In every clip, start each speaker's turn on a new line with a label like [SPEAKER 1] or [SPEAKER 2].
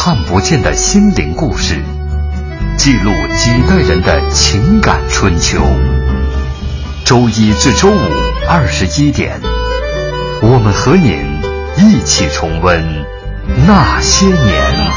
[SPEAKER 1] 看不见的心灵故事，记录几代人的情感春秋。周一至周五21点，我们和您一起重温那些年。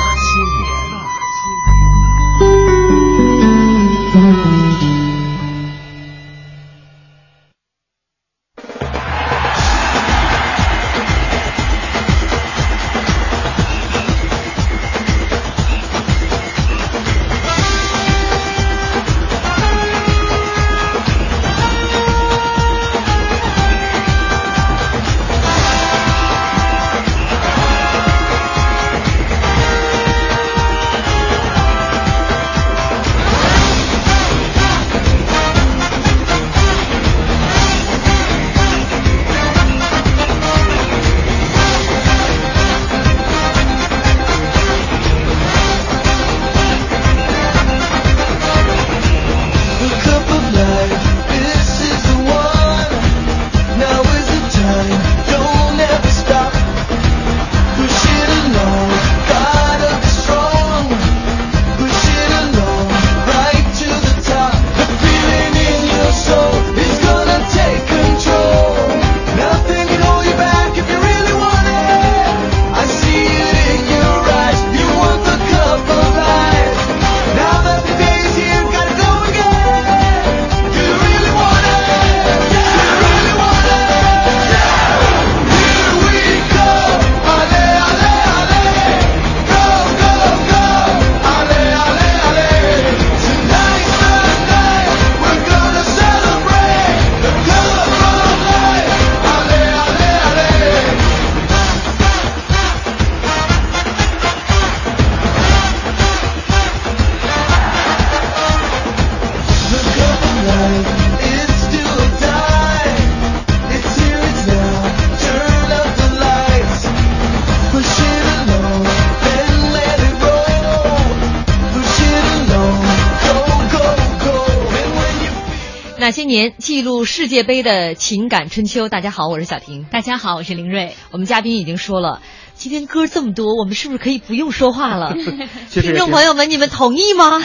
[SPEAKER 2] 那些年记录世界杯的情感春秋。大家好，我是小婷。
[SPEAKER 3] 大家好，我是林瑞。
[SPEAKER 2] 我们嘉宾已经说了，今天歌这么多，我们是不是可以不用说话了？听众朋友们，你们同意吗？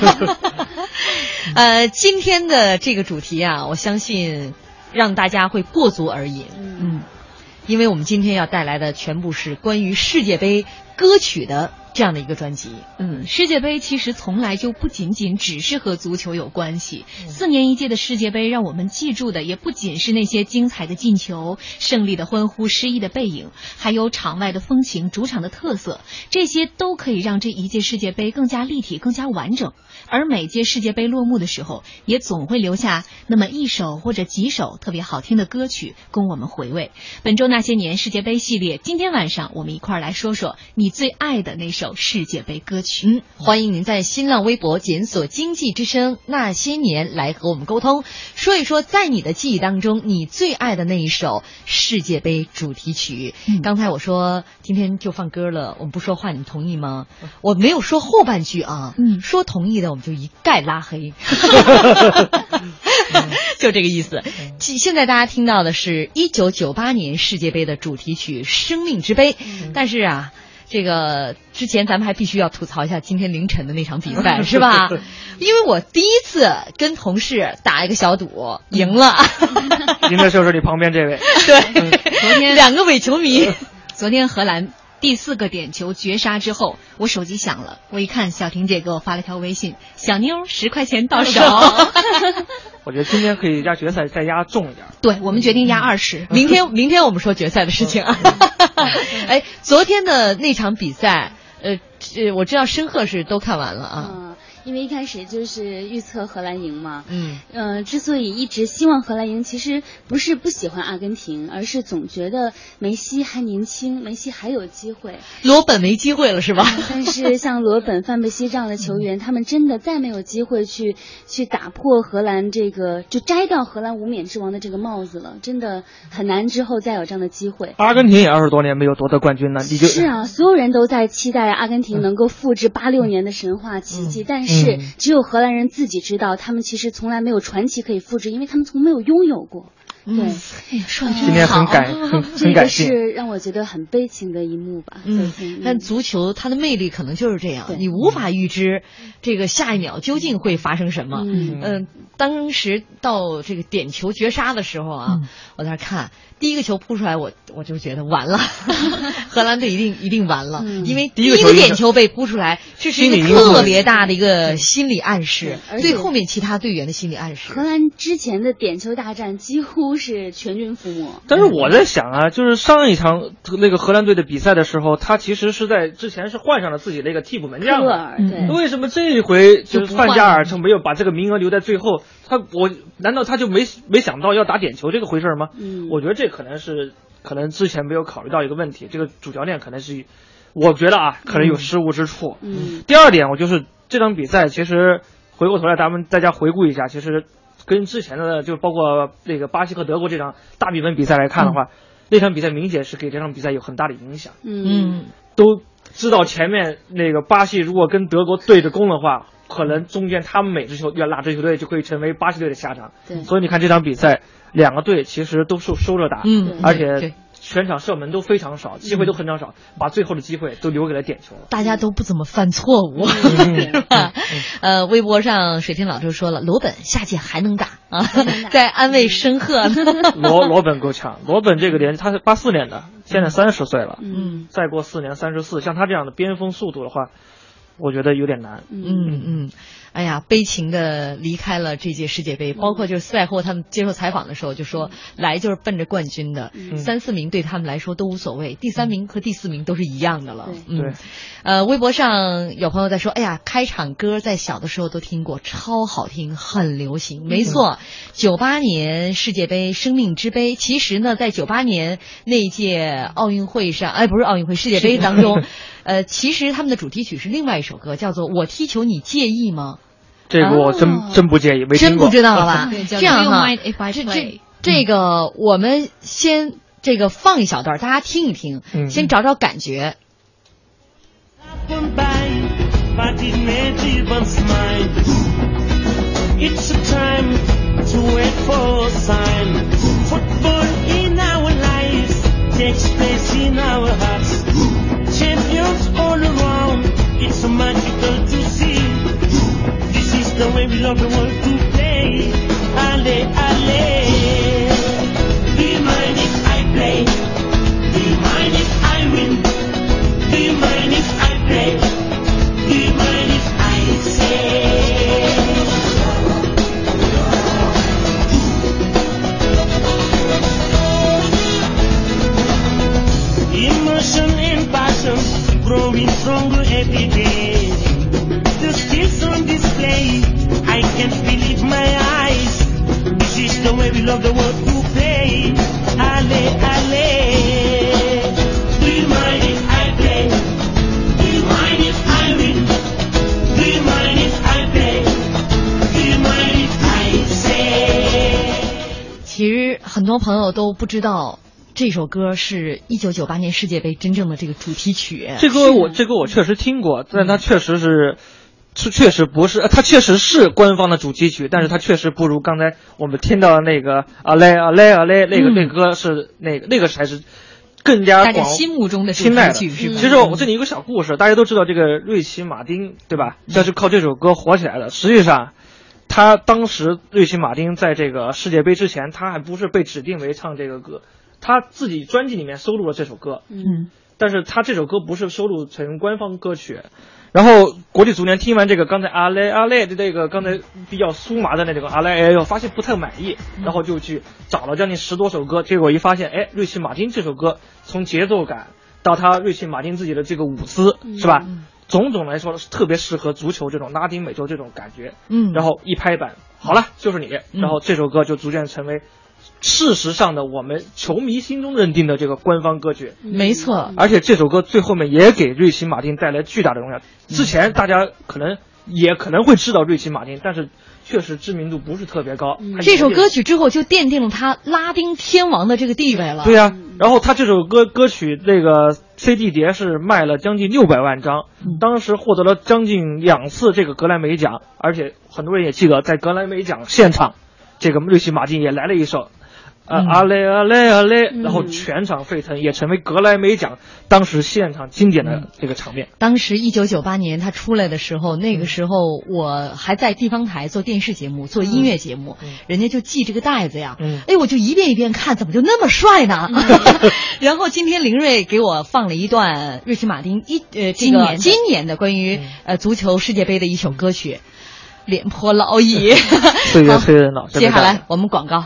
[SPEAKER 2] 今天的这个主题啊，我相信让大家会过足而饮。因为我们今天要带来的全部是关于世界杯歌曲的这样的一个专辑。
[SPEAKER 3] 世界杯其实从来就不仅仅只是和足球有关系。4年一届的世界杯让我们记住的也不仅是那些精彩的进球、胜利的欢呼、诗意的背影，还有场外的风情、主场的特色，这些都可以让这一届世界杯更加立体、更加完整。而每届世界杯落幕的时候，也总会留下那么一首或者几首特别好听的歌曲供我们回味。本周那些年世界杯系列，今天晚上我们一块儿来说说你最爱的那首世界杯歌曲。
[SPEAKER 2] 欢迎您在新浪微博检索经济之声那些年来和我们沟通，说一说在你的记忆当中你最爱的那一首世界杯主题曲。刚才我说今天就放歌了，我们不说话，你同意吗？我没有说后半句啊，说同意的我们就一概拉黑。就这个意思。现在大家听到的是1998年世界杯的主题曲《生命之杯》，但是啊，这个之前咱们还必须要吐槽一下今天凌晨的那场比赛，是吧？因为我第一次跟同事打一个小赌，赢了。
[SPEAKER 4] 赢的就是你旁边这位。
[SPEAKER 2] 对，昨天2个伪球迷。
[SPEAKER 3] 昨天荷兰第4个点球绝杀之后，我手机响了，我一看小婷姐给我发了条微信，小妞10块钱到手。
[SPEAKER 4] 我觉得今天可以压决赛再压重一点。
[SPEAKER 3] 对，我们决定压20。
[SPEAKER 2] 明天我们说决赛的事情啊。哎，昨天的那场比赛，我知道申鹤是都看完了啊。
[SPEAKER 5] 因为一开始就是预测荷兰赢嘛，之所以一直希望荷兰赢，其实不是不喜欢阿根廷，而是总觉得梅西还年轻，梅西还有机会。
[SPEAKER 2] 罗本没机会了是吧？
[SPEAKER 5] 但是像罗本、范佩西这样的球员，他们真的再没有机会去打破荷兰这个，就摘掉荷兰无冕之王的这个帽子了，真的很难之后再有这样的机会。
[SPEAKER 4] 阿根廷也20多年没有夺得冠军了，
[SPEAKER 5] 是啊，所有人都在期待阿根廷能够复制86年的神话奇迹，但是只有荷兰人自己知道，他们其实从来没有传奇可以复制，因为他们从没有拥有过。 对，
[SPEAKER 2] 哎呀，说的
[SPEAKER 4] 今天很感
[SPEAKER 5] 这个
[SPEAKER 4] 感性。
[SPEAKER 5] 是让我觉得很悲情的一幕吧。
[SPEAKER 2] 但足球它的魅力可能就是这样，你无法预知这个下一秒究竟会发生什么。当时到这个点球绝杀的时候啊，我在那看第一个球扑出来，我就觉得完了，荷兰队一定完了，因为第一个点球被扑出来，这是一个特别大的一个心理暗示，对后面其他队员的心理暗示。
[SPEAKER 5] 荷兰之前的点球大战几乎是全军覆没。
[SPEAKER 4] 但是我在想啊，就是上一场那个荷兰队的比赛的时候，他其实是在之前是换上了自己的一个替补门将的。
[SPEAKER 5] 对，
[SPEAKER 4] 为什么这一回就是范加尔就没有把这个名额留在最后？难道他就没想到要打点球这个回事吗？我觉得这可能之前没有考虑到一个问题，这个主教练可能是，我觉得啊，可能有失误之处。第二点，我就是这场比赛其实回过头来大家回顾一下，其实跟之前的就包括那个巴西和德国这场大比分比赛来看的话，那场比赛明显是给这场比赛有很大的影响。都知道前面那个巴西如果跟德国对着攻的话，可能中间他们哪支球队就会成为巴西队的下场。所以你看这场比赛，两个队其实都收着打，而且全场射门都非常少，机会都很少，把最后的机会都留给了点球。
[SPEAKER 2] 大家都不怎么犯错误，是吧？微博上水天老就说了，罗本下届还能打啊，在安慰申鹤呢。
[SPEAKER 4] 罗本够呛，罗本这个年他是84年的，现在30岁了，再过4年34，像他这样的边锋速度的话，我觉得有点难。
[SPEAKER 2] 哎呀，悲情的离开了这届世界杯，包括就是赛后他们接受采访的时候就说，来就是奔着冠军的，3、4名对他们来说都无所谓，第3名和第4名都是一样的了。微博上有朋友在说，哎呀，开场歌在小的时候都听过，超好听，很流行。没错，98年世界杯生命之杯，其实呢，在98年那一届奥运会上，不是奥运会，世界杯当中，其实他们的主题曲是另外一首歌，叫做《我踢球你介意吗》。
[SPEAKER 4] 这个我真不介意，没听过，
[SPEAKER 2] 真不知道吧？这样哈，这个我们先这个放一小段，大家听一听，先找找感觉。
[SPEAKER 6] It's a time to wait for a sign. Football in our lives takes place in our hearts. Champions all around, it's so magical to see. This is the way we love the world to play. Ale, ale. Do you mind if I play? Do you mind if I win? Do you mind if I play? Do you mind if I say?Emotion and passion growing stronger every day. The skills on display, I can't believe my eyes. This is the way we love the world to play. Ale, ale. Do you mind if I play? Do you mind if I win? Do you mind if I play? Do you mind if I say?
[SPEAKER 2] 其实很多朋友都不知道。这首歌是1998年世界杯真正的这个主题曲。
[SPEAKER 4] 这歌我确实听过，但它确实不是，它确实是官方的主题曲，但是它确实不如刚才我们听到的那个啊嘞啊嘞啊嘞那个歌是那个才是更加
[SPEAKER 2] 大家心目中的主题曲是吧？
[SPEAKER 4] 其实我这里有个小故事，大家都知道这个瑞奇马丁对吧？这是靠这首歌火起来的。实际上，他当时瑞奇马丁在这个世界杯之前，他还不是被指定为唱这个歌。他自己专辑里面收录了这首歌，但是他这首歌不是收录成官方歌曲。然后国际足联听完这个刚才阿嘞阿嘞的这个刚才比较酥麻的那个阿嘞，哎呦，发现不太满意，然后就去找了将近10多首歌，结果一发现，哎，瑞奇马丁这首歌从节奏感到他瑞奇马丁自己的这个舞姿，是吧？种种来说是特别适合足球这种拉丁美洲这种感觉。然后一拍板，好了，就是你。然后这首歌就逐渐成为事实上的我们球迷心中认定的这个官方歌曲。
[SPEAKER 2] 没错，
[SPEAKER 4] 而且这首歌最后面也给瑞奇马丁带来巨大的荣耀。之前大家可能会知道瑞奇马丁，但是确实知名度不是特别高。
[SPEAKER 2] 这首歌曲之后就奠定了他拉丁天王的这个地位了。
[SPEAKER 4] 对呀，然后他这首歌曲那个 CD 碟是卖了将近600万张，当时获得了将近2次这个格莱美奖，而且很多人也记得在格莱美奖现场，这个瑞奇马丁也来了一首阿嘞阿嘞阿嘞，然后全场沸腾，也成为格莱美奖当时现场经典的这个场面。
[SPEAKER 2] 当时1998年他出来的时候，那个时候我还在地方台做电视节目，做音乐节目，人家就系这个带子呀，哎，我就一遍一遍看，怎么就那么帅呢？然后今天林睿给我放了一段瑞奇马丁今年的关于足球世界杯的一首歌曲，廉颇老矣。
[SPEAKER 4] 岁月催人老。
[SPEAKER 2] 接下来我们广告。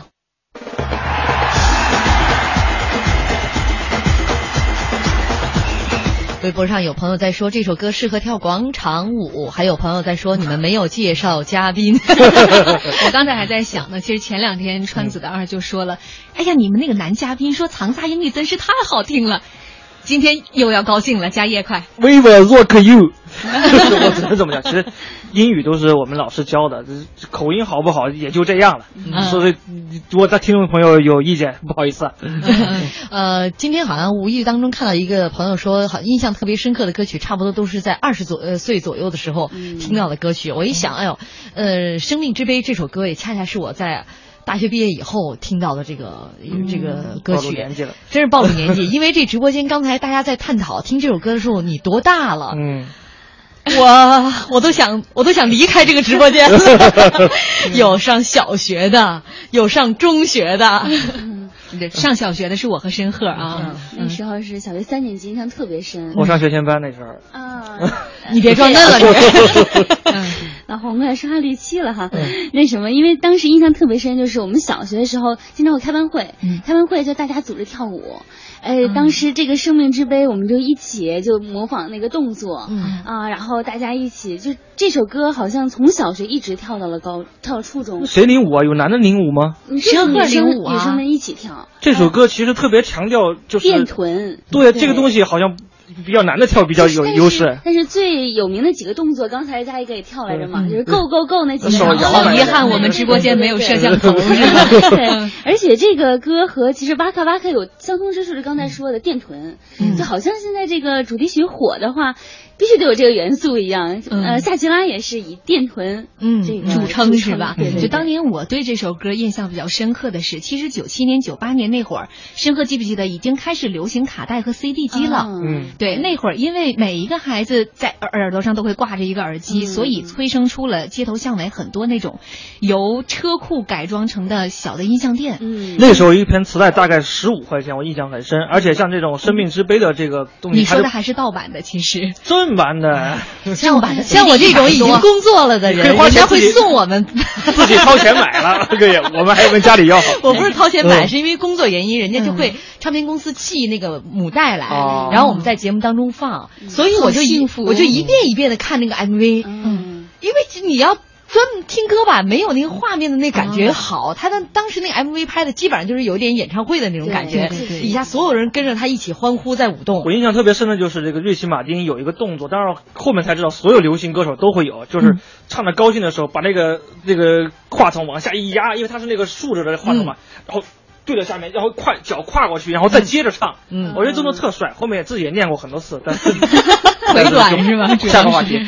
[SPEAKER 2] 微博上有朋友在说这首歌适合跳广场舞，还有朋友在说你们没有介绍嘉宾。
[SPEAKER 3] 我刚才还在想呢，其实前2天川子的二就说了，哎呀，你们那个男嘉宾说长沙英语真是太好听了。今天又要高兴了，加夜快。
[SPEAKER 4] We will rock you 。我只能这么讲，其实英语都是我们老师教的，口音好不好也就这样了。所以如果在听众朋友有意见，不好意思。
[SPEAKER 2] 今天好像无意当中看到一个朋友说，好印象特别深刻的歌曲，差不多都是在20岁左右的时候听到的歌曲。我一想，哎呦，生命之杯这首歌也恰恰是我在大学毕业以后听到的这个歌曲，真是暴露年纪。因为这直播间刚才大家在探讨听这首歌的时候，你多大了？我都想离开这个直播间了。有上小学的，有上中学的。
[SPEAKER 3] 上小学的是我和申鹤啊，
[SPEAKER 5] 那时候是小学3年级，印象特别深。
[SPEAKER 4] 我上学前班那时候
[SPEAKER 5] 啊，
[SPEAKER 2] 你别装嫩了，你。
[SPEAKER 5] 老红快刷绿漆了哈。那什么，因为当时印象特别深，就是我们小学的时候经常会开班会，开班会就大家组织跳舞。当时这个生命之杯，我们就一起就模仿那个动作，然后大家一起就这首歌，好像从小学一直跳到了初中。
[SPEAKER 4] 谁领舞啊？有男的领舞吗？
[SPEAKER 5] 申鹤领舞啊，女生们一起跳。
[SPEAKER 4] 这首歌其实特别强调就是
[SPEAKER 5] 电臀，
[SPEAKER 4] 对这个东西好像比较难的跳比较有优势。
[SPEAKER 5] 但是最有名的几个动作，刚才嘉一哥也跳来着嘛，就是 go go go 那几个。
[SPEAKER 4] 手摇。
[SPEAKER 3] 遗憾我们直播间没有摄像头。
[SPEAKER 5] 对，而且这个歌和其实哇咔哇咔有相通之处，是刚才说的电臀，就好像现在这个主题曲火的话，必须得有这个元素一样。夏奇拉也是以电臀这个
[SPEAKER 3] 著称是吧？
[SPEAKER 5] 对。
[SPEAKER 3] 就当年我对这首歌印象比较深刻的是，其实97年、98年那会儿，申鹤记不记得已经开始流行卡带和 CD 机了？对，那会儿因为每一个孩子在耳朵上都会挂着一个耳机，所以催生出了街头巷尾很多那种由车库改装成的小的音像店。
[SPEAKER 4] 那时候一盘磁带大概15块钱，我印象很深。而且像这种生命之杯的这个东西，
[SPEAKER 3] 你说的还是盗版的，其实
[SPEAKER 4] 正版的。
[SPEAKER 2] 像我这种已经工作了的人，人家会送我们
[SPEAKER 4] 自己掏钱买了，这个我们还要跟家里要。
[SPEAKER 2] 我不是掏钱买，是因为工作原因，人家就会唱片公司寄那个母带来，然后我们在节目当中放，所以我就一遍一遍的看那个 MV，因为你要专门听歌吧，没有那个画面的那感觉好。他当时那个 MV 拍的基本上就是有点演唱会的那种感觉，底下所有人跟着他一起欢呼在舞动。
[SPEAKER 4] 我印象特别深的就是这个瑞奇马丁有一个动作，当然后面才知道所有流行歌手都会有，就是唱的高兴的时候把那个话筒往下一压，因为他是那个竖着的话筒嘛，然后对着下面，然后脚跨过去，然后再接着唱。我觉得动作特帅，后面自己也念过很多次，但是
[SPEAKER 2] 腿短是吗？
[SPEAKER 4] 下个话题，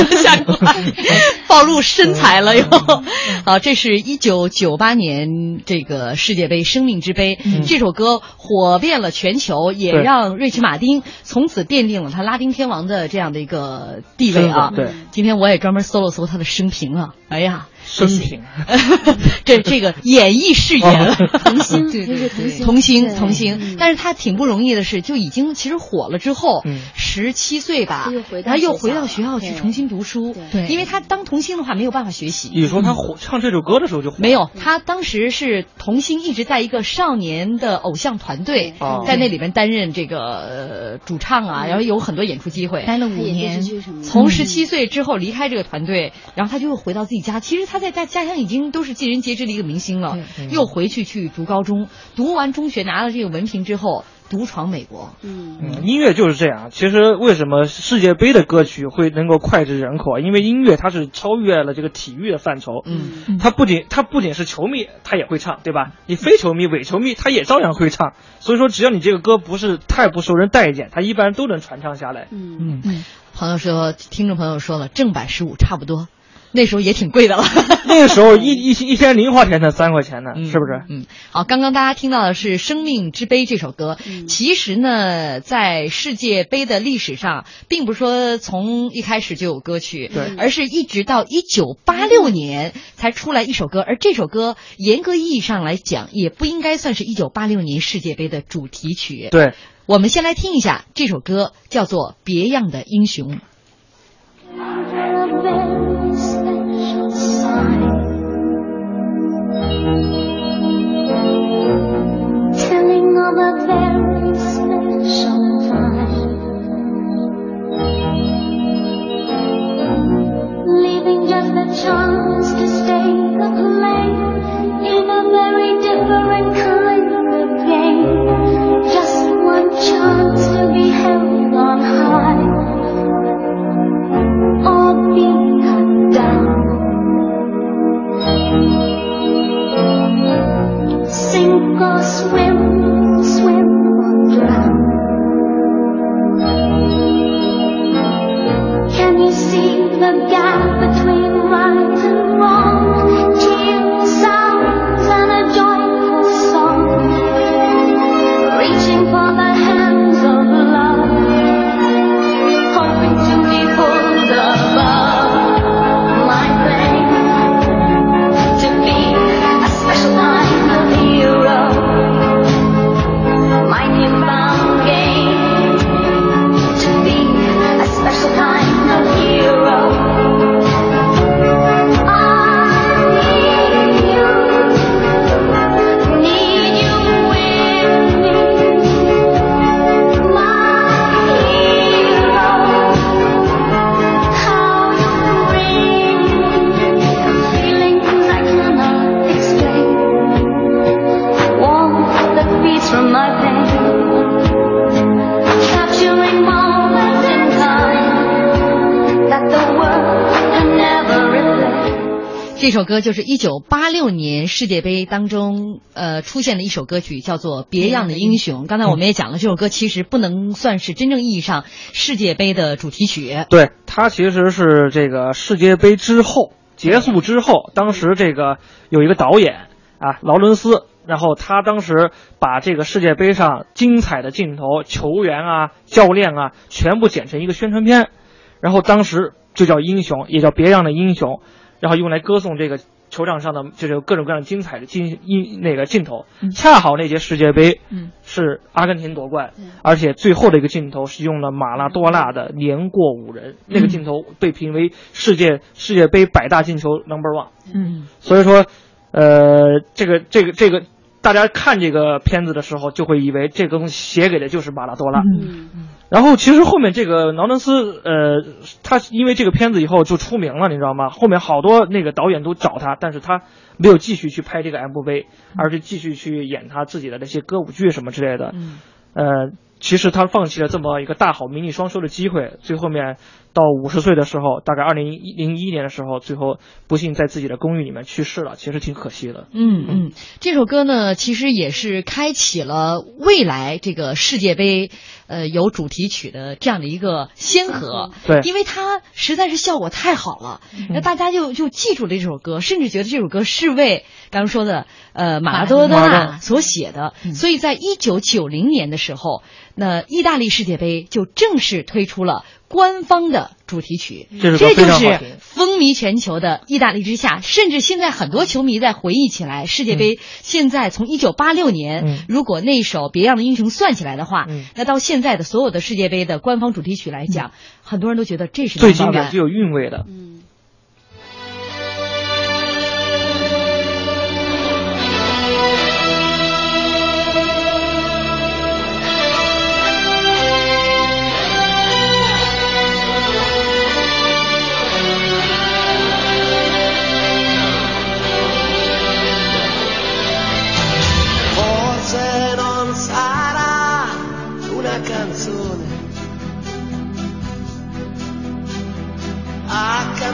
[SPEAKER 2] 暴露身材了又。好，这是1998年这个世界杯生命之杯，这首歌火遍了全球，也让瑞奇马丁从此奠定了他拉丁天王的这样的一个地位啊。
[SPEAKER 4] 对，
[SPEAKER 2] 今天我也专门搜了搜他的生平啊，哎呀。
[SPEAKER 4] 生平，
[SPEAKER 2] 这个演艺事业
[SPEAKER 5] 童星，
[SPEAKER 2] 童星，但是他挺不容易的是，就已经其实火了之后，17岁吧，然后又回到学校去重新读书，
[SPEAKER 3] 对，
[SPEAKER 2] 因为他当童星的话没有办法学习。
[SPEAKER 4] 你说他唱这首歌的时候就火？
[SPEAKER 2] 没有，他当时是童星，一直在一个少年的偶像团队，在那里面担任这个主唱啊，然后有很多演出机会，
[SPEAKER 3] 待了5年，
[SPEAKER 2] 从17岁之后离开这个团队，然后他就又回到自己家，其实他在家乡已经都是尽人皆知的一个明星了，又回去读高中，读完中学拿了这个文凭之后，独闯美国。
[SPEAKER 4] 音乐就是这样。其实为什么世界杯的歌曲会能够脍炙人口啊？因为音乐它是超越了这个体育的范畴。它不仅是球迷，他也会唱，对吧？你非球迷、伪球迷，他也照样会唱。所以说，只要你这个歌不是太不受人待见，他一般都能传唱下来。
[SPEAKER 2] 听众朋友说了，正版15差不多。 那时候也挺贵的了。
[SPEAKER 4] 那个时候一天零花钱才3块钱呢，是不是？
[SPEAKER 2] 好，刚刚大家听到的是《生命之杯》这首歌。其实呢，在世界杯的历史上，并不是说从一开始就有歌曲，
[SPEAKER 4] 对，
[SPEAKER 2] 而是一直到1986年才出来一首歌，而这首歌严格意义上来讲，也不应该算是1986年世界杯的主题曲。
[SPEAKER 4] 对，
[SPEAKER 2] 我们先来听一下这首歌，叫做《别样的英雄》。
[SPEAKER 7] Telling of a very special time, leaving just a chance to stake a claim in a very different kind of game. Just one chance to be held on high, or be cut down. Sink or swim, swim or drown. Can you see the gap between right and wrong? Cheerful sounds and a joyful song, reaching for the hands of love, hoping to be pulled above my pain, to be a special kind of hero, my newfound game, to be a special kind of hero. Need you with me, my hero. How you bring feelings I cannot explain, warmth that beats from my pain, capturing moments in time that the world can never replace.
[SPEAKER 2] 这首歌就是1986年世界杯当中出现的一首歌曲，叫做《别样的英雄》。刚才我们也讲了，这首歌其实不能算是真正意义上世界杯的主题曲。
[SPEAKER 4] 对，它其实是这个世界杯之后结束之后，当时这个有一个导演啊，劳伦斯，然后他当时把这个世界杯上精彩的镜头、球员啊、教练啊，全部剪成一个宣传片，然后当时就叫英雄，也叫别样的英雄，然后用来歌颂这个球场上的就是各种各样的精彩的那个镜头。恰好那届世界杯是阿根廷夺冠，而且最后的一个镜头是用了马拉多纳的年过5人，那个镜头被评为世界杯100大进球 No.1。所以说这个大家看这个片子的时候就会以为这个东西写给的就是马拉多纳。然后其实后面这个劳伦斯他因为这个片子以后就出名了，你知道吗？后面好多那个导演都找他，但是他没有继续去拍这个 MV， 而是继续去演他自己的那些歌舞剧什么之类的。其实他放弃了这么一个大好名利双收的机会，最后面到50岁的时候，大概2001年的时候，最后不幸在自己的公寓里面去世了，其实挺可惜的。
[SPEAKER 2] 这首歌呢，其实也是开启了未来这个世界杯有主题曲的这样的一个先河。
[SPEAKER 4] 对，
[SPEAKER 2] 因为它实在是效果太好了，那大家就记住了这首歌，甚至觉得这首歌是为刚刚说的马拉多纳所写的。所以在1990年的时候，那意大利世界杯就正式推出了官方的主题曲，这就是风靡全球的意大利之夏。甚至现在很多球迷在回忆起来世界杯，现在从1986年，如果那首别样的英雄算起来的话，那到现在的所有的世界杯的官方主题曲来讲，很多人都觉得这是
[SPEAKER 4] 最经典、最有韵味的。
[SPEAKER 6] Canzone a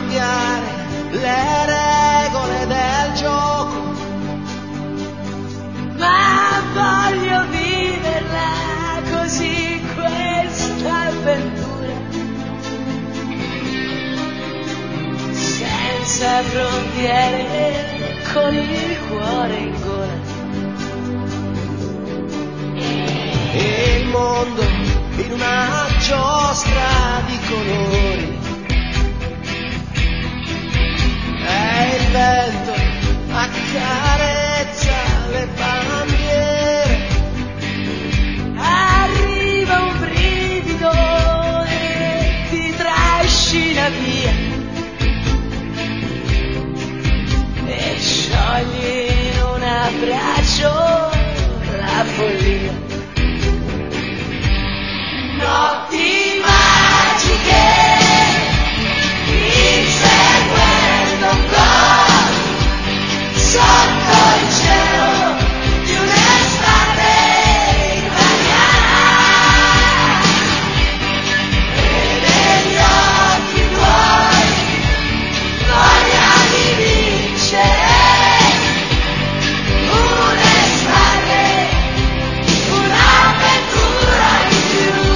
[SPEAKER 6] di cuore in gola. E il mondo in una giostra di colori. E il vento accarezza le bandiere. Arriva un brivido e ti trascina via e sciogli in un abbraccio la follia. Notti magiche, inseguendo un gol sotto il cielo di un'estate italiana. E negli occhi tuoi voglia di vincere un'estate, un'avventura in più.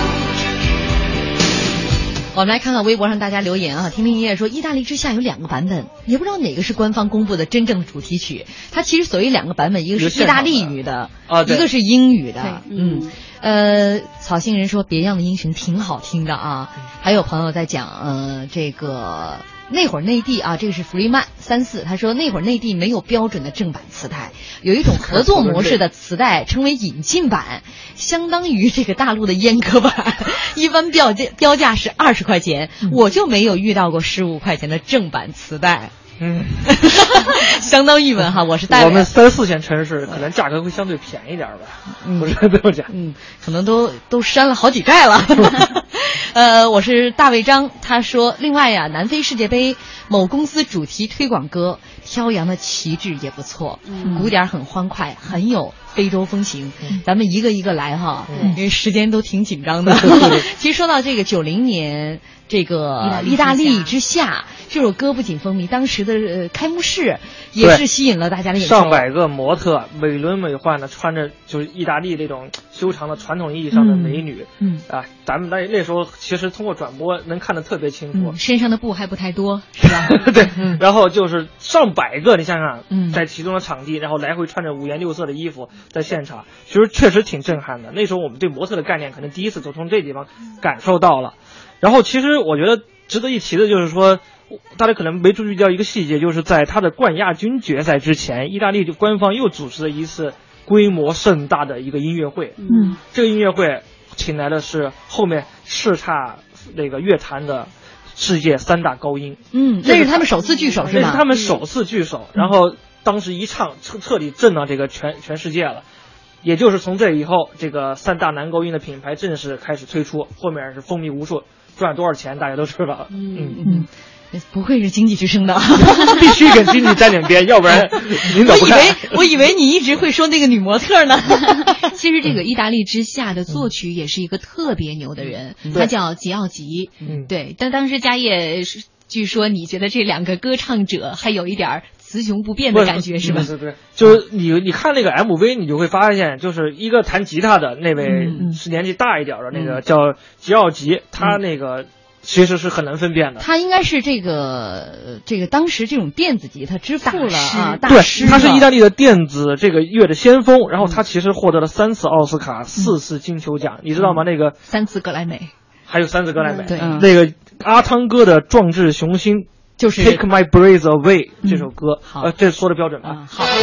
[SPEAKER 2] 我们来看看微博上大家留言啊，听听音乐说，意大利之夏有2个版本，也不知道哪个是官方公布的真正的主题曲。它其实所谓2个版本，一个是意大利语的，一个是英语的。草星人说别样的英雄挺好听的啊。还有朋友在讲，这个那会儿内地啊，这个是弗利曼34，他说那会儿内地没有标准的正版磁带，有一种合作模式的磁带称为引进版，相当于这个大陆的阉割版，一般标价是20块钱，我就没有遇到过15块钱的正版磁带。相当郁闷哈，我是代表
[SPEAKER 4] 我们3、4线城市可能价格会相对便宜点吧，不是这么讲，
[SPEAKER 2] 可能都删了好几盖了。我是大卫章，他说，另外呀，南非世界杯某公司主题推广歌《飘扬的旗帜》也不错，鼓点很欢快，很有非洲风情。咱们一个一个来哈，因为时间都挺紧张的。其实说到这个90年这个意大利之夏这首歌不仅风靡，当时的开幕式也是吸引了大家的眼球。
[SPEAKER 4] 上百个模特美轮美奂的，穿着就是意大利这种修长的传统意义上的美女。咱们那时候其实通过转播能看得特别清楚，
[SPEAKER 3] 身上的布还不太多，是吧？
[SPEAKER 4] 对，然后就是上百个，你想想，在其中的场地，然后来回穿着5颜6色的衣服在现场，其实确实挺震撼的。那时候我们对模特的概念可能第一次就从这地方感受到了。然后其实我觉得值得一提的就是说，大家可能没注意到一个细节，就是在他的冠亚军决赛之前，意大利就官方又组织了一次规模盛大的一个音乐会。这个音乐会请来的是后面叱咤那个乐坛的世界3大高音。
[SPEAKER 2] 这是他们首次聚首是吗？
[SPEAKER 4] 这是他们首次聚首，然后当时一唱彻底震到这个全世界了。也就是从这以后，这个3大男高音的品牌正式开始推出，后面是风靡无数，赚多少钱大家都知道。
[SPEAKER 2] 不愧是经济之声的，
[SPEAKER 4] 必须跟经济沾点边，要不然领导不看。
[SPEAKER 2] 我以为你一直会说那个女模特呢。
[SPEAKER 3] 其实这个意大利之夏的作曲也是一个特别牛的人，他叫吉奥吉。对，但当时家业据说你觉得这2个歌唱者还有一点雌雄不变的感觉是吧？
[SPEAKER 4] 对，就是你看那个 MV， 你就会发现，就是一个弹吉他的那位是年纪大一点的那个叫吉奥吉，他那个其实是很难分辨的。
[SPEAKER 2] 他应该是这个当时这种电子吉他之父了啊，大师。
[SPEAKER 4] 对，他是意大利的电子这个乐的先锋，然后他其实获得了3次奥斯卡，4次金球奖，你知道吗？那个
[SPEAKER 3] 3次格莱美，
[SPEAKER 4] 还有3次格莱美。
[SPEAKER 2] 对，
[SPEAKER 4] 那个阿汤哥的壮志雄心。
[SPEAKER 2] 就是
[SPEAKER 4] Take My Breath Away 这首歌，这说的标准吧？
[SPEAKER 2] 好。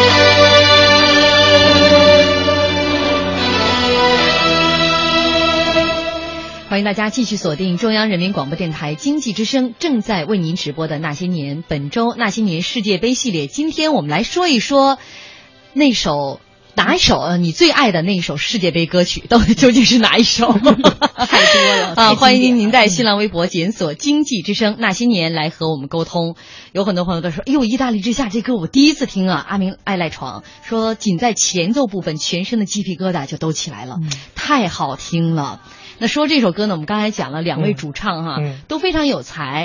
[SPEAKER 2] 欢迎大家继续锁定中央人民广播电台经济之声正在为您直播的那些年，本周那些年世界杯系列。今天我们来说一说哪一首你最爱的那一首世界杯歌曲究竟是哪一首？
[SPEAKER 3] 太多了
[SPEAKER 2] 啊！欢迎您在新浪微博检索经济之声那些年来和我们沟通。有很多朋友都说，哎呦，意大利之夏这歌我第一次听啊！阿明爱赖床说，仅在前奏部分全身的鸡皮疙瘩就都起来了，太好听了。那说这首歌呢，我们刚才讲了2位主唱哈，都非常有才。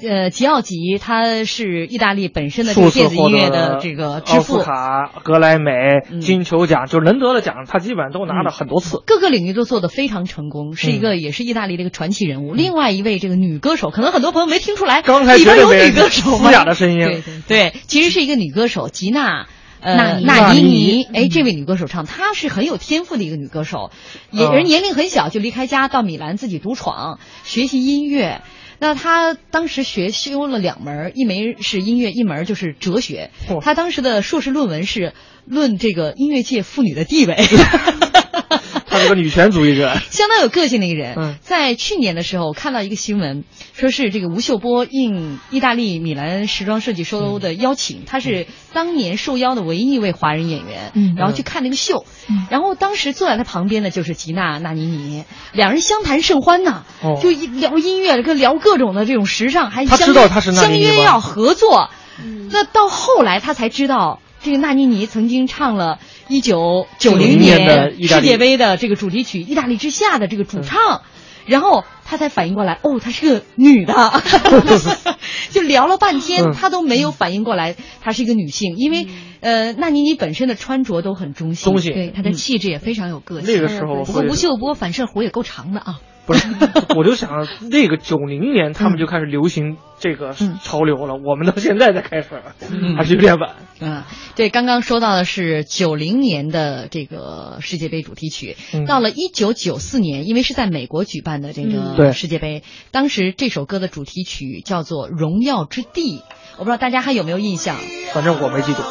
[SPEAKER 2] 吉奥吉他是意大利本身的这个电子音乐的这个之
[SPEAKER 4] 奥斯
[SPEAKER 2] 父，
[SPEAKER 4] 卡、格莱美、金球奖，就是能得的奖，他基本上都拿了很多次。
[SPEAKER 2] 各个领域都做得非常成功，是一个也是意大利的一个传奇人物。另外一位这个女歌手，可能很多朋友没听出来，
[SPEAKER 4] 刚才
[SPEAKER 2] 里边有
[SPEAKER 4] 觉得没
[SPEAKER 2] 女歌手吗？
[SPEAKER 4] 嘶哑的声音，
[SPEAKER 2] 对，其实是一个女歌手吉娜。
[SPEAKER 3] 纳
[SPEAKER 2] 尼尼，哎，这位女歌手唱，她是很有天赋的一个女歌手，人年龄很小就离开家到米兰自己独闯学习音乐。那她当时修了2门，一门是音乐，一门就是哲学。她当时的硕士论文是论这个音乐界妇女的地位。
[SPEAKER 4] 他是个女权主义者，
[SPEAKER 2] 相当有个性的一个人。在去年的时候看到一个新闻，说是这个吴秀波应意大利米兰时装设计周的邀请，他是当年受邀的唯一一位华人演员，然后去看那个秀，然后当时坐在他旁边的就是吉娜纳尼尼，两人相谈甚欢呐，就聊音乐，聊各种的这种时尚，还
[SPEAKER 4] 他知道他是纳尼尼吗？
[SPEAKER 2] 相约要合作。那到后来他才知道，这个纳尼尼曾经唱了1990年的世界杯的这个主题曲《意大利之夏》的这个主唱，然后他才反应过来，哦，她是个女的。就聊了半天，他都没有反应过来她是一个女性，因为纳尼尼本身的穿着都很中性，
[SPEAKER 3] 对，她的气质也非常有个性。
[SPEAKER 4] 那个时候，
[SPEAKER 3] 不过吴秀波反射弧也够长的啊。
[SPEAKER 4] 不是，我就想那个90年他们就开始流行这个潮流了，我们到现在才开始，还是有点晚。
[SPEAKER 2] 对，刚刚说到的是90年的这个世界杯主题曲，到了1994年，因为是在美国举办的这个世界杯，当时这首歌的主题曲叫做《荣耀之地》，我不知道大家还有没有印象？
[SPEAKER 4] 反正我没记住。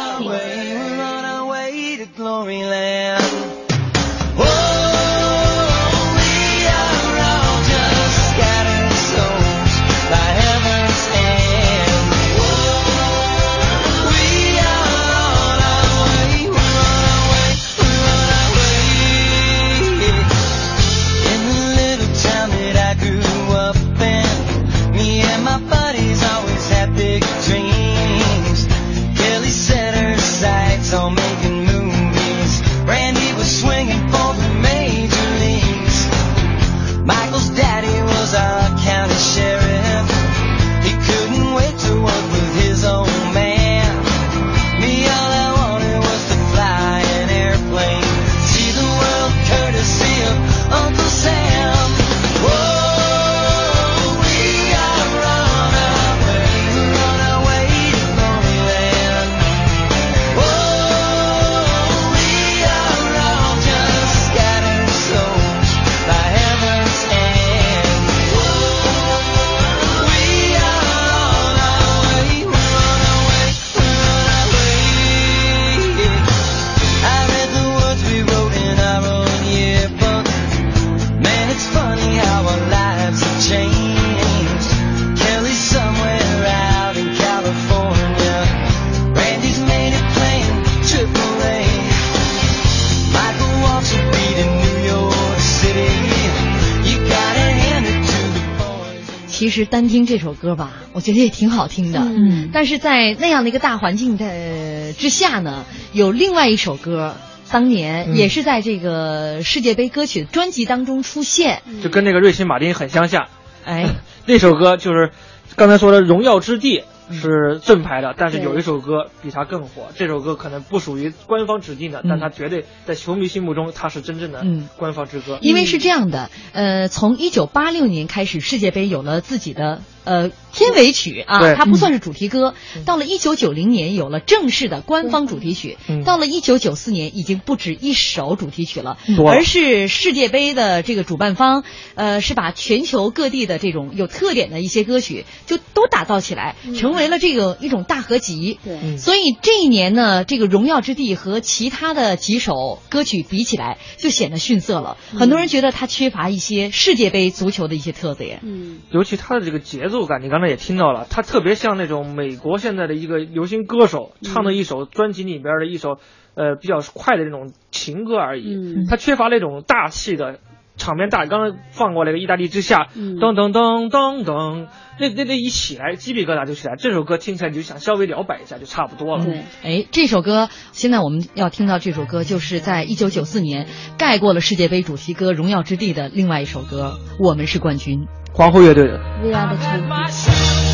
[SPEAKER 2] 其实单听这首歌吧，我觉得也挺好听的。但是在那样的一个大环境的之下呢，有另外一首歌，当年也是在这个世界杯歌曲专辑当中出现，
[SPEAKER 4] 就跟那个瑞奇马丁很相像。
[SPEAKER 2] 哎，
[SPEAKER 4] 那首歌就是刚才说的《荣耀之地》。是正牌的，但是有一首歌比它更火。这首歌可能不属于官方指定的，但它绝对在球迷心目中，它是真正的官方之歌。
[SPEAKER 2] 因为是这样的，从1986年开始，世界杯有了自己的片尾曲啊，它不算是主题歌。到了1990年有了正式的官方主题曲，到了1994年已经不止一首主题曲了，而是世界杯的这个主办方是把全球各地的这种有特点的一些歌曲就都打造起来，成为了这个一种大合集。所以这一年呢，这个荣耀之地和其他的几首歌曲比起来就显得逊色了，很多人觉得它缺乏一些世界杯足球的一些特点。
[SPEAKER 4] 尤其它的这个节奏感，你刚才也听到了，它特别像那种美国现在的一个流行歌手唱的一首专辑里边的一首比较快的这种情歌而已，它缺乏那种大气的场面大。刚才放过那个意大利之夏，噔噔噔噔噔，那一起来鸡皮疙瘩就起来。这首歌听起来你就想稍微摇摆一下就差不多了。
[SPEAKER 2] 哎，这首歌现在我们要听到这首歌，就是在1994年盖过了世界杯主题歌《荣耀之地》的另外一首歌，我们是冠军，
[SPEAKER 4] 皇后乐队的。
[SPEAKER 5] We are the champions.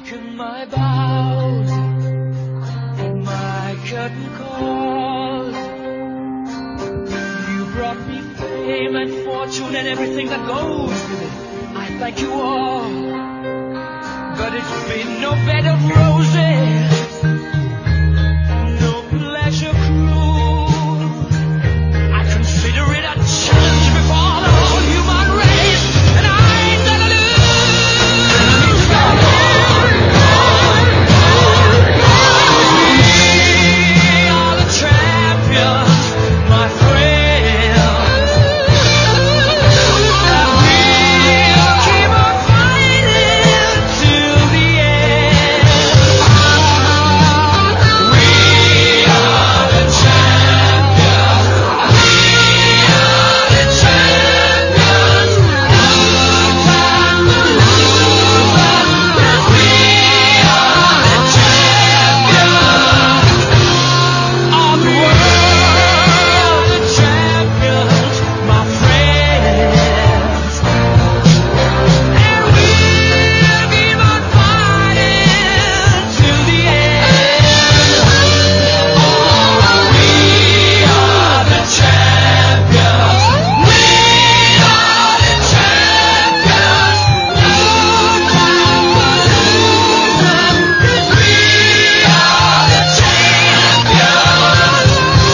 [SPEAKER 6] taken my vows, my curtain calls. You brought me fame and fortune and everything that goes with it. I thank you all, but it's been no bed of roses, no pleasure cruise. I consider it a challenge before the whole human race, and I ain't gonna lose. We are the champions, my friends, and we'll keep on fighting till the end. We are the champions. We are the champions. No time to lose. We are the champions of the world, the champions, my friends. And we'll keep on fighting till the end. Oh, we are the champions. We are the champions. No time to lose. We are the champions.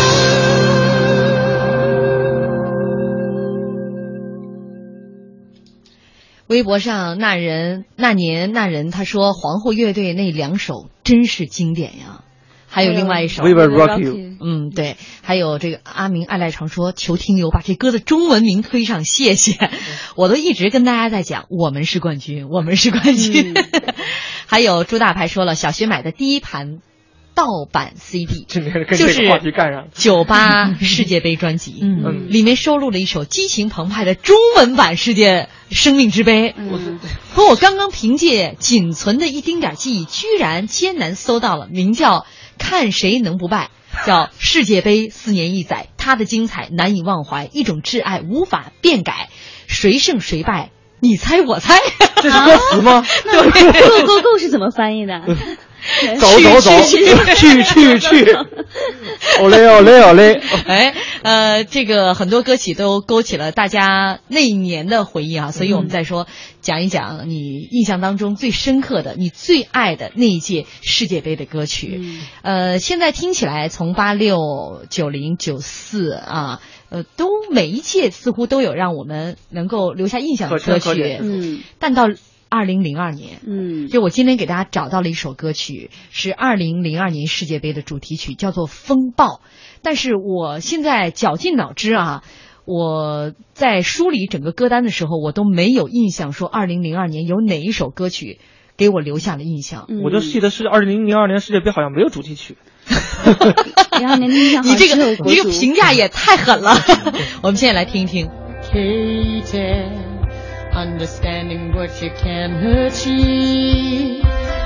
[SPEAKER 2] 微博上那年那人他说皇后乐队那2首真是经典呀，还有另外一首
[SPEAKER 4] We Will Rock You。
[SPEAKER 2] 对，还有这个阿明爱赖床说求听友把这歌的中文名推上，谢谢。我都一直跟大家在讲，我们是冠军，我们是冠军。还有朱大牌说了，小学买的第一盘盗版 CD
[SPEAKER 4] 这跟这
[SPEAKER 2] 就是
[SPEAKER 4] 个话题干上了。
[SPEAKER 2] 98世界杯专辑，里面收录了一首激情澎湃的中文版世界生命之杯。可我刚刚凭借仅存的一丁点记忆，居然艰难搜到了名叫看谁能不败，叫世界杯4年1载，它的精彩难以忘怀，一种挚爱无法变改，谁胜谁败你猜我猜。
[SPEAKER 4] 这是歌词吗？
[SPEAKER 5] Go Go 是怎么翻译的？
[SPEAKER 4] 走走走，去，哦嘞。
[SPEAKER 2] 这个很多歌曲都勾起了大家那一年的回忆啊，所以我们再说讲一讲你印象当中最深刻的、你最爱的那一届世界杯的歌曲。现在听起来从86、90、94啊，都每一届似乎都有让我们能够留下印象的歌曲。但到2002年，就我今天给大家找到了一首歌曲，是2002年世界杯的主题曲，叫做《风暴》。但是我现在绞尽脑汁啊，我在梳理整个歌单的时候，我都没有印象说2002年有哪一首歌曲给我留下了印象。
[SPEAKER 4] 我就记得是2002年世界杯好像没有主题曲。
[SPEAKER 5] 02年印象好像
[SPEAKER 2] 你这个评价也太狠了。我们现在来听一听。
[SPEAKER 8] Understanding what you can achieve,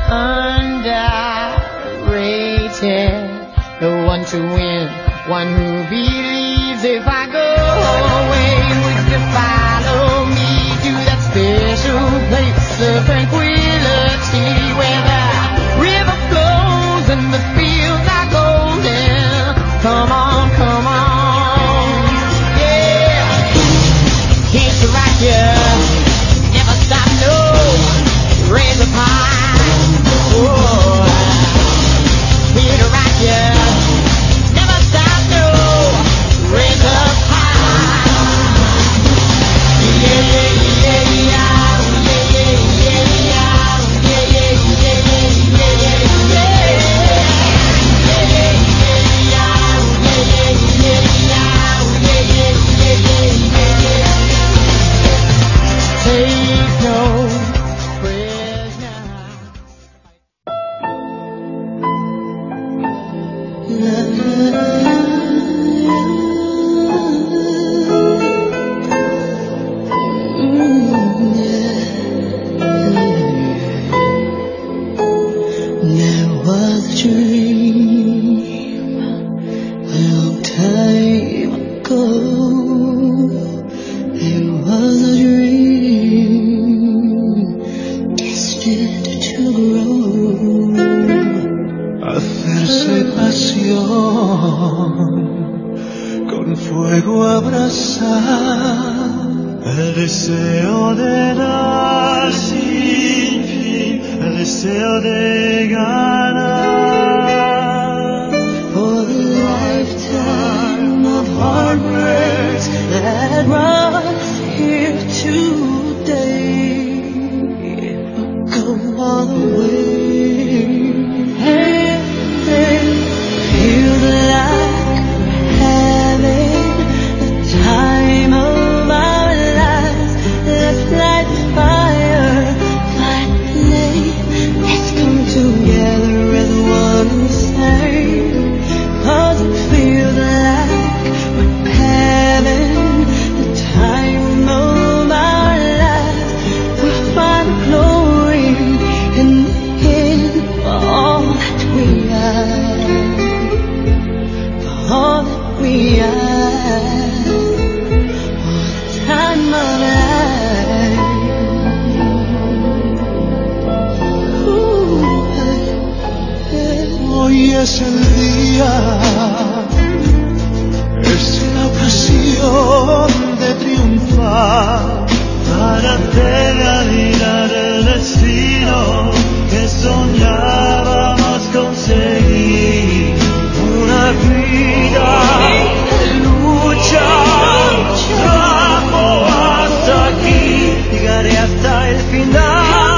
[SPEAKER 8] underrated, the one to win, one who believes. If I go away, would you follow me to that special place of tranquility where the river flows and the fields are golden? Come on, yeah. Can't you rock ya? Raise up high, oh, here to rock ya, never stop, no, raise up high, yeah, take no
[SPEAKER 6] deseo de dar sin fin, el deseo de ganar. For the lifetime of heartbreaks that run here today, go all the way. Hey, hey, feel like we're having the time of our lives. Let's light the fire, fight the flame. Let's come together as one and same. 'Cause it feels like we're having the time of our lives. We'll find glory in the end for all that we are, for all that we are, for the time of life. Hoy es el día, es la ocasión de triunfar, para hacer realidad el destino que soñábamos conseguir. Una vida de lucha trajo hasta aquí, llegaré hasta el final.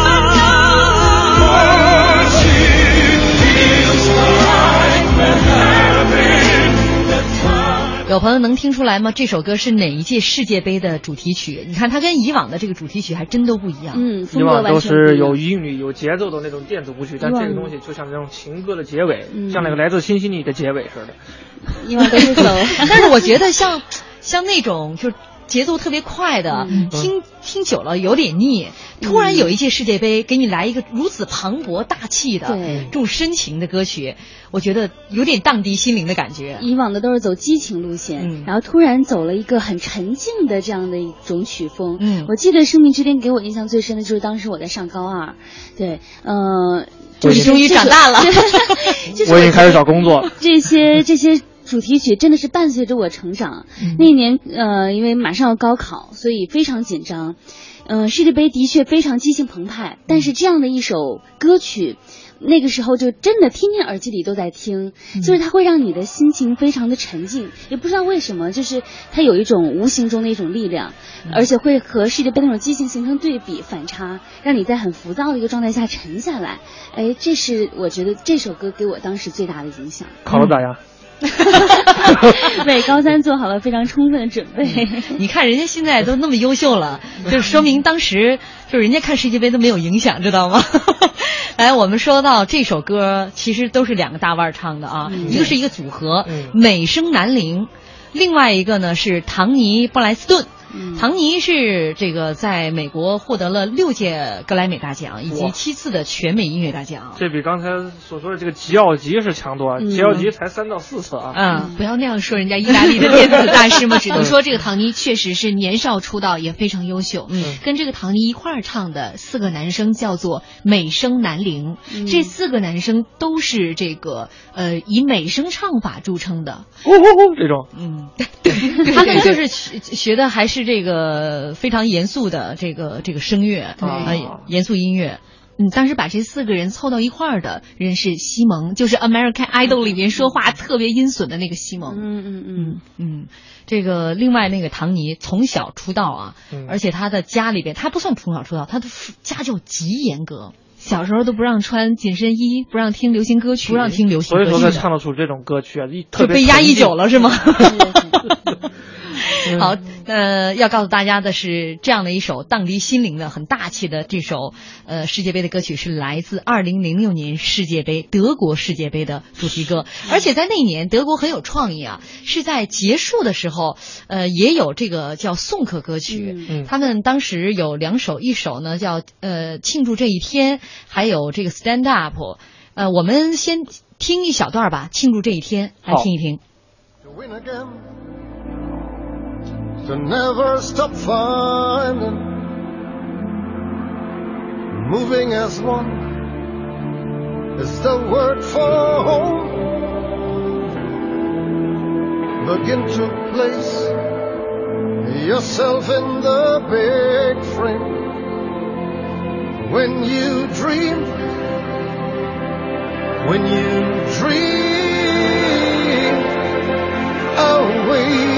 [SPEAKER 2] 有朋友能听出来吗？这首歌是哪一届世界杯的主题曲？你看它跟以往的这个主题曲还真都不一样。
[SPEAKER 5] 嗯，
[SPEAKER 4] 以
[SPEAKER 5] 风格
[SPEAKER 4] 往都
[SPEAKER 5] 完全不一样
[SPEAKER 4] 是有韵律、有节奏的那种电子舞曲，但这个东西就像那种情歌的结尾，像那个来自星星你的结尾似的。
[SPEAKER 5] 以往都是走。
[SPEAKER 2] 但是我觉得像那种就是节奏特别快的，听久了有点腻。突然有一届世界杯给你来一个如此磅礴大气的
[SPEAKER 5] 对
[SPEAKER 2] 这种深情的歌曲，我觉得有点荡涤心灵的感觉。
[SPEAKER 5] 以往的都是走激情路线，然后突然走了一个很沉静的这样的一种曲风。我记得《生命之巅》给我印象最深的就是当时我在上高2，对，就是
[SPEAKER 2] 终于长大了，
[SPEAKER 4] 我已经开始找工作。
[SPEAKER 5] 这些主题曲真的是伴随着我成长。那一年因为马上要高考，所以非常紧张。世界杯的确非常激情澎湃，但是这样的一首歌曲，那个时候就真的天天耳机里都在听，就是它会让你的心情非常的沉静，也不知道为什么，就是它有一种无形中的一种力量，而且会和世界杯那种激情形成对比反差，让你在很浮躁的一个状态下沉下来。哎，这是我觉得这首歌给我当时最大的影响。
[SPEAKER 4] 考得咋样？
[SPEAKER 5] 为高3做好了非常充分的准备。
[SPEAKER 2] 你看人家现在都那么优秀了，就是说明当时就是人家看世界杯都没有影响，知道吗？来，我们说到这首歌，其实都是两个大腕唱的啊，一个是一个组合，美声南伶，另外一个呢是唐尼·布莱斯顿。唐尼是这个在美国获得了6届格莱美大奖以及7次的全美音乐大奖，
[SPEAKER 4] 这比刚才所说的这个吉奥吉是强多，吉奥吉才3到4次啊。
[SPEAKER 3] 不要那样说人家意大利的电子大师嘛，只能说这个唐尼确实是年少出道也非常优秀。跟这个唐尼一块儿唱的4个男生叫做美声南伶，这4个男生都是这个以美声唱法著称的。
[SPEAKER 4] 这种
[SPEAKER 2] 他们就是学的还是这个非常严肃的这个声乐，严肃音乐。
[SPEAKER 3] 当时把这4个人凑到一块儿的人是西蒙，就是 American Idol 里面说话特别阴损的那个西蒙。
[SPEAKER 2] 这个另外那个唐尼从小出道啊，而且他的家里边他不算从小出道，他的家教极严格。
[SPEAKER 3] 小时候都不让穿紧身衣，不让听流行歌曲，
[SPEAKER 2] 不让听流行歌曲，
[SPEAKER 4] 所以说他唱得出这种歌曲啊，特别
[SPEAKER 2] 被压抑久了是吗？好，要告诉大家的是，这样的一首荡涤心灵的、很大气的这首世界杯的歌曲，是来自2006年世界杯德国世界杯的主题歌。而且在那一年，德国很有创意啊，是在结束的时候，也有这个叫颂歌歌曲。他们当时有2首，一首呢叫庆祝这一天，还有这个 Stand Up。我们先听一小段吧，庆祝这一天，来听一听。
[SPEAKER 9] To never stop finding, moving as one is the word for home. Begin to place yourself in the big frame. When you dream away,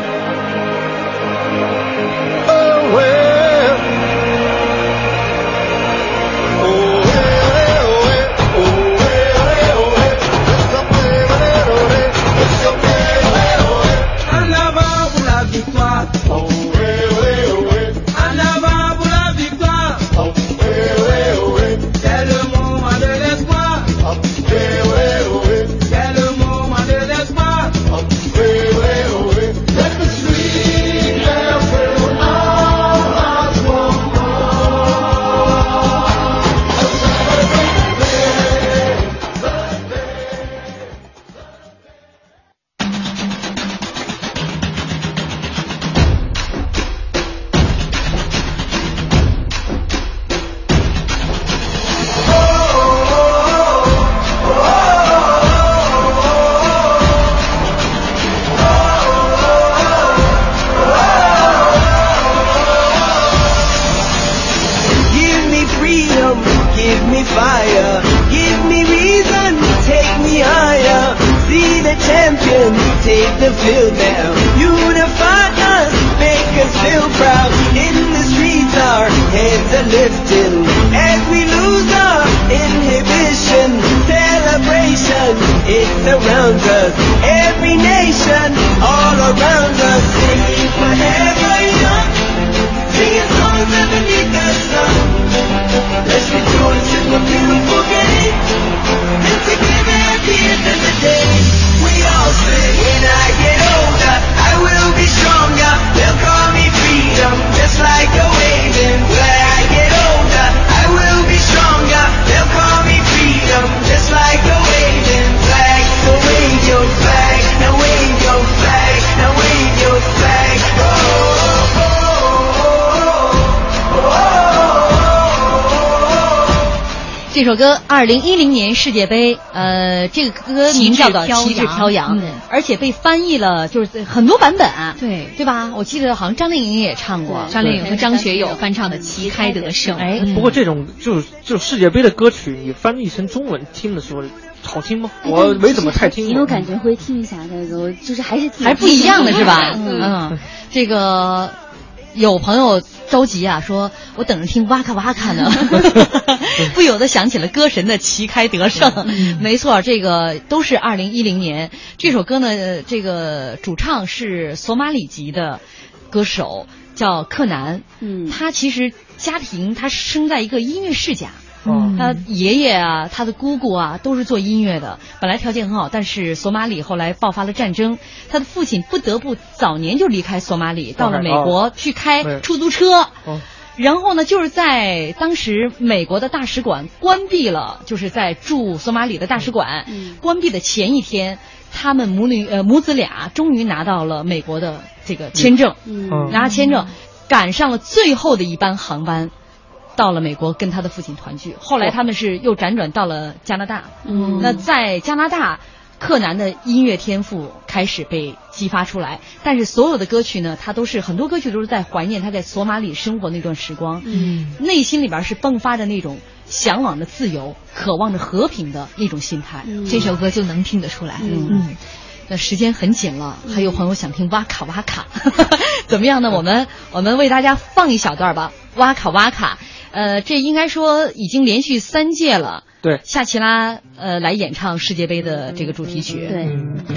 [SPEAKER 2] 这首歌2010年世界杯，这个歌名叫做《旗帜飘扬》，而且被翻译了，就是很多版本，对吧？我记得好像张靓颖也唱过，
[SPEAKER 3] 张靓颖和张学友翻唱的《旗开得胜》。
[SPEAKER 2] 哎，
[SPEAKER 4] 不过这种就世界杯的歌曲，你翻译成中文听的时候好听吗？我没怎么太听过。
[SPEAKER 5] 挺有感觉，会听一下这个，就是还
[SPEAKER 2] 不一样的是吧？这个。有朋友着急啊，说我等着听哇咔哇咔呢，不由得想起了歌神的旗开得胜。没错，这个都是2010年。这首歌呢，这个主唱是索马里籍的歌手，叫克南。他其实家庭他生在一个音乐世家。他爷爷啊，他的姑姑啊，都是做音乐的，本来条件很好，但是索马里后来爆发了战争，他的父亲不得不早年就离开索马里，到了美国去开出租车。然后呢，就是在当时美国的大使馆关闭了，就是在驻索马里的大使馆关闭的前一天，他们母子俩终于拿到了美国的这个签证，拿签证，赶上了最后的一班航班。到了美国跟他的父亲团聚，后来他们是又辗转到了加拿大。那在加拿大，克南的音乐天赋开始被激发出来，但是所有的歌曲呢，他都是很多歌曲都是在怀念他在索马里生活那段时光，内心里边是迸发着那种向往的自由、渴望着和平的那种心态。
[SPEAKER 3] 这首歌就能听得出来。
[SPEAKER 2] 那时间很紧了，还有朋友想听哇卡哇卡，怎么样呢？我们为大家放一小段吧，哇卡哇卡。这应该说已经连续3届了。
[SPEAKER 4] 对，
[SPEAKER 2] 夏奇拉来演唱世界杯的这个主题曲。
[SPEAKER 5] 对。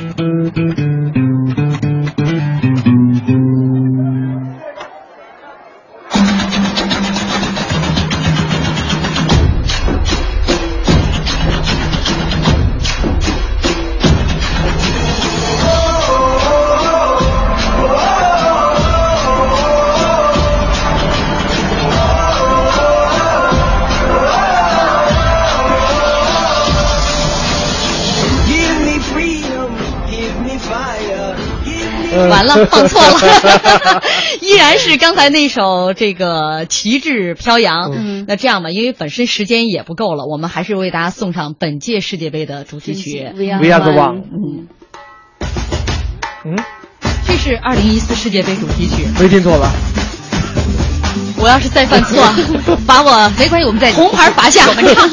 [SPEAKER 2] 完了，放错了，依然是刚才那首这个旗帜飘扬。那这样吧，因为本身时间也不够了，我们还是为大家送上本届世界杯的主题曲《
[SPEAKER 4] We Are the One》。
[SPEAKER 2] 这是2014世界杯主题曲。
[SPEAKER 4] 没听错吧？
[SPEAKER 2] 我要是再犯错，把我没关系，我们再红牌罚下。我们唱。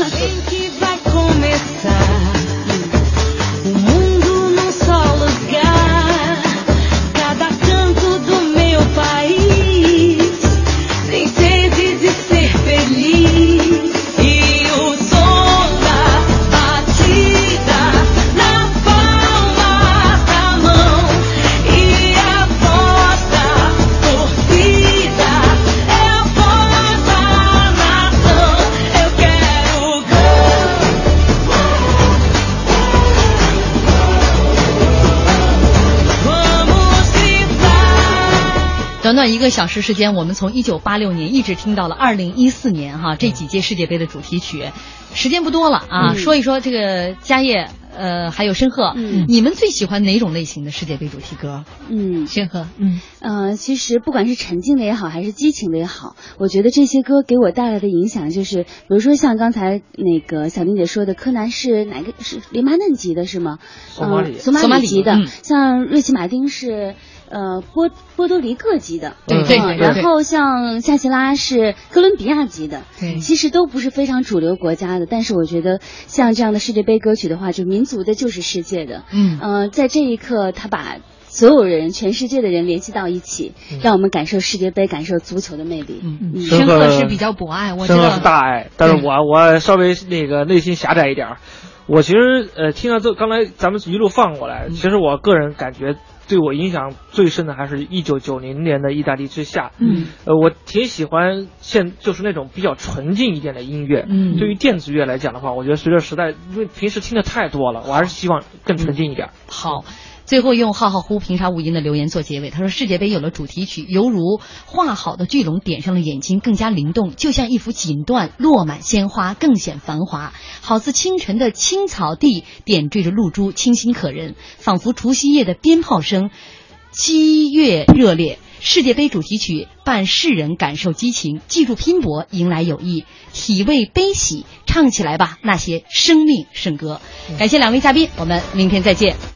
[SPEAKER 2] 短短1个小时时间，我们从1986年一直听到了2014年哈，这几届世界杯的主题曲，时间不多了啊，说一说这个嘉业。还有申鹤，你们最喜欢哪种类型的世界杯主题歌？申鹤，
[SPEAKER 5] 其实不管是沉静的也好，还是激情的也好，我觉得这些歌给我带来的影响就是，比如说像刚才那个小丁姐说的，柯南是哪个是黎巴嫩籍的是吗？索马里籍的，像瑞奇马丁是。波多黎各籍的，
[SPEAKER 2] 对，
[SPEAKER 5] 然后像夏奇拉是哥伦比亚籍的，其实都不是非常主流国家的，但是我觉得像这样的世界杯歌曲的话，就民族的就是世界的，在这一刻，他把所有人，全世界的人联系到一起，让我们感受世界杯，感受足球的魅力。
[SPEAKER 3] 申鹤是比较博爱，我知道。
[SPEAKER 4] 申鹤是大爱，但是我稍微那个内心狭窄一点。我其实听到刚才咱们一路放过来，其实我个人感觉对我影响最深的还是1990年的意大利之夏。我挺喜欢就是那种比较纯净一点的音乐。对于电子乐来讲的话，我觉得随着时代，因为平时听的太多了，我还是希望更纯净一点。
[SPEAKER 2] 好。最后用浩浩乎平沙无垠的留言做结尾，他说世界杯有了主题曲，犹如画好的巨龙点上了眼睛，更加灵动，就像一幅锦缎落满鲜花，更显繁华，好似清晨的青草地点缀着露珠，清新可人，仿佛除夕夜的鞭炮声，激越热烈。世界杯主题曲伴世人感受激情，记住拼搏，迎来友谊，体味悲喜，唱起来吧那些生命圣歌。感谢2位嘉宾，我们明天再见。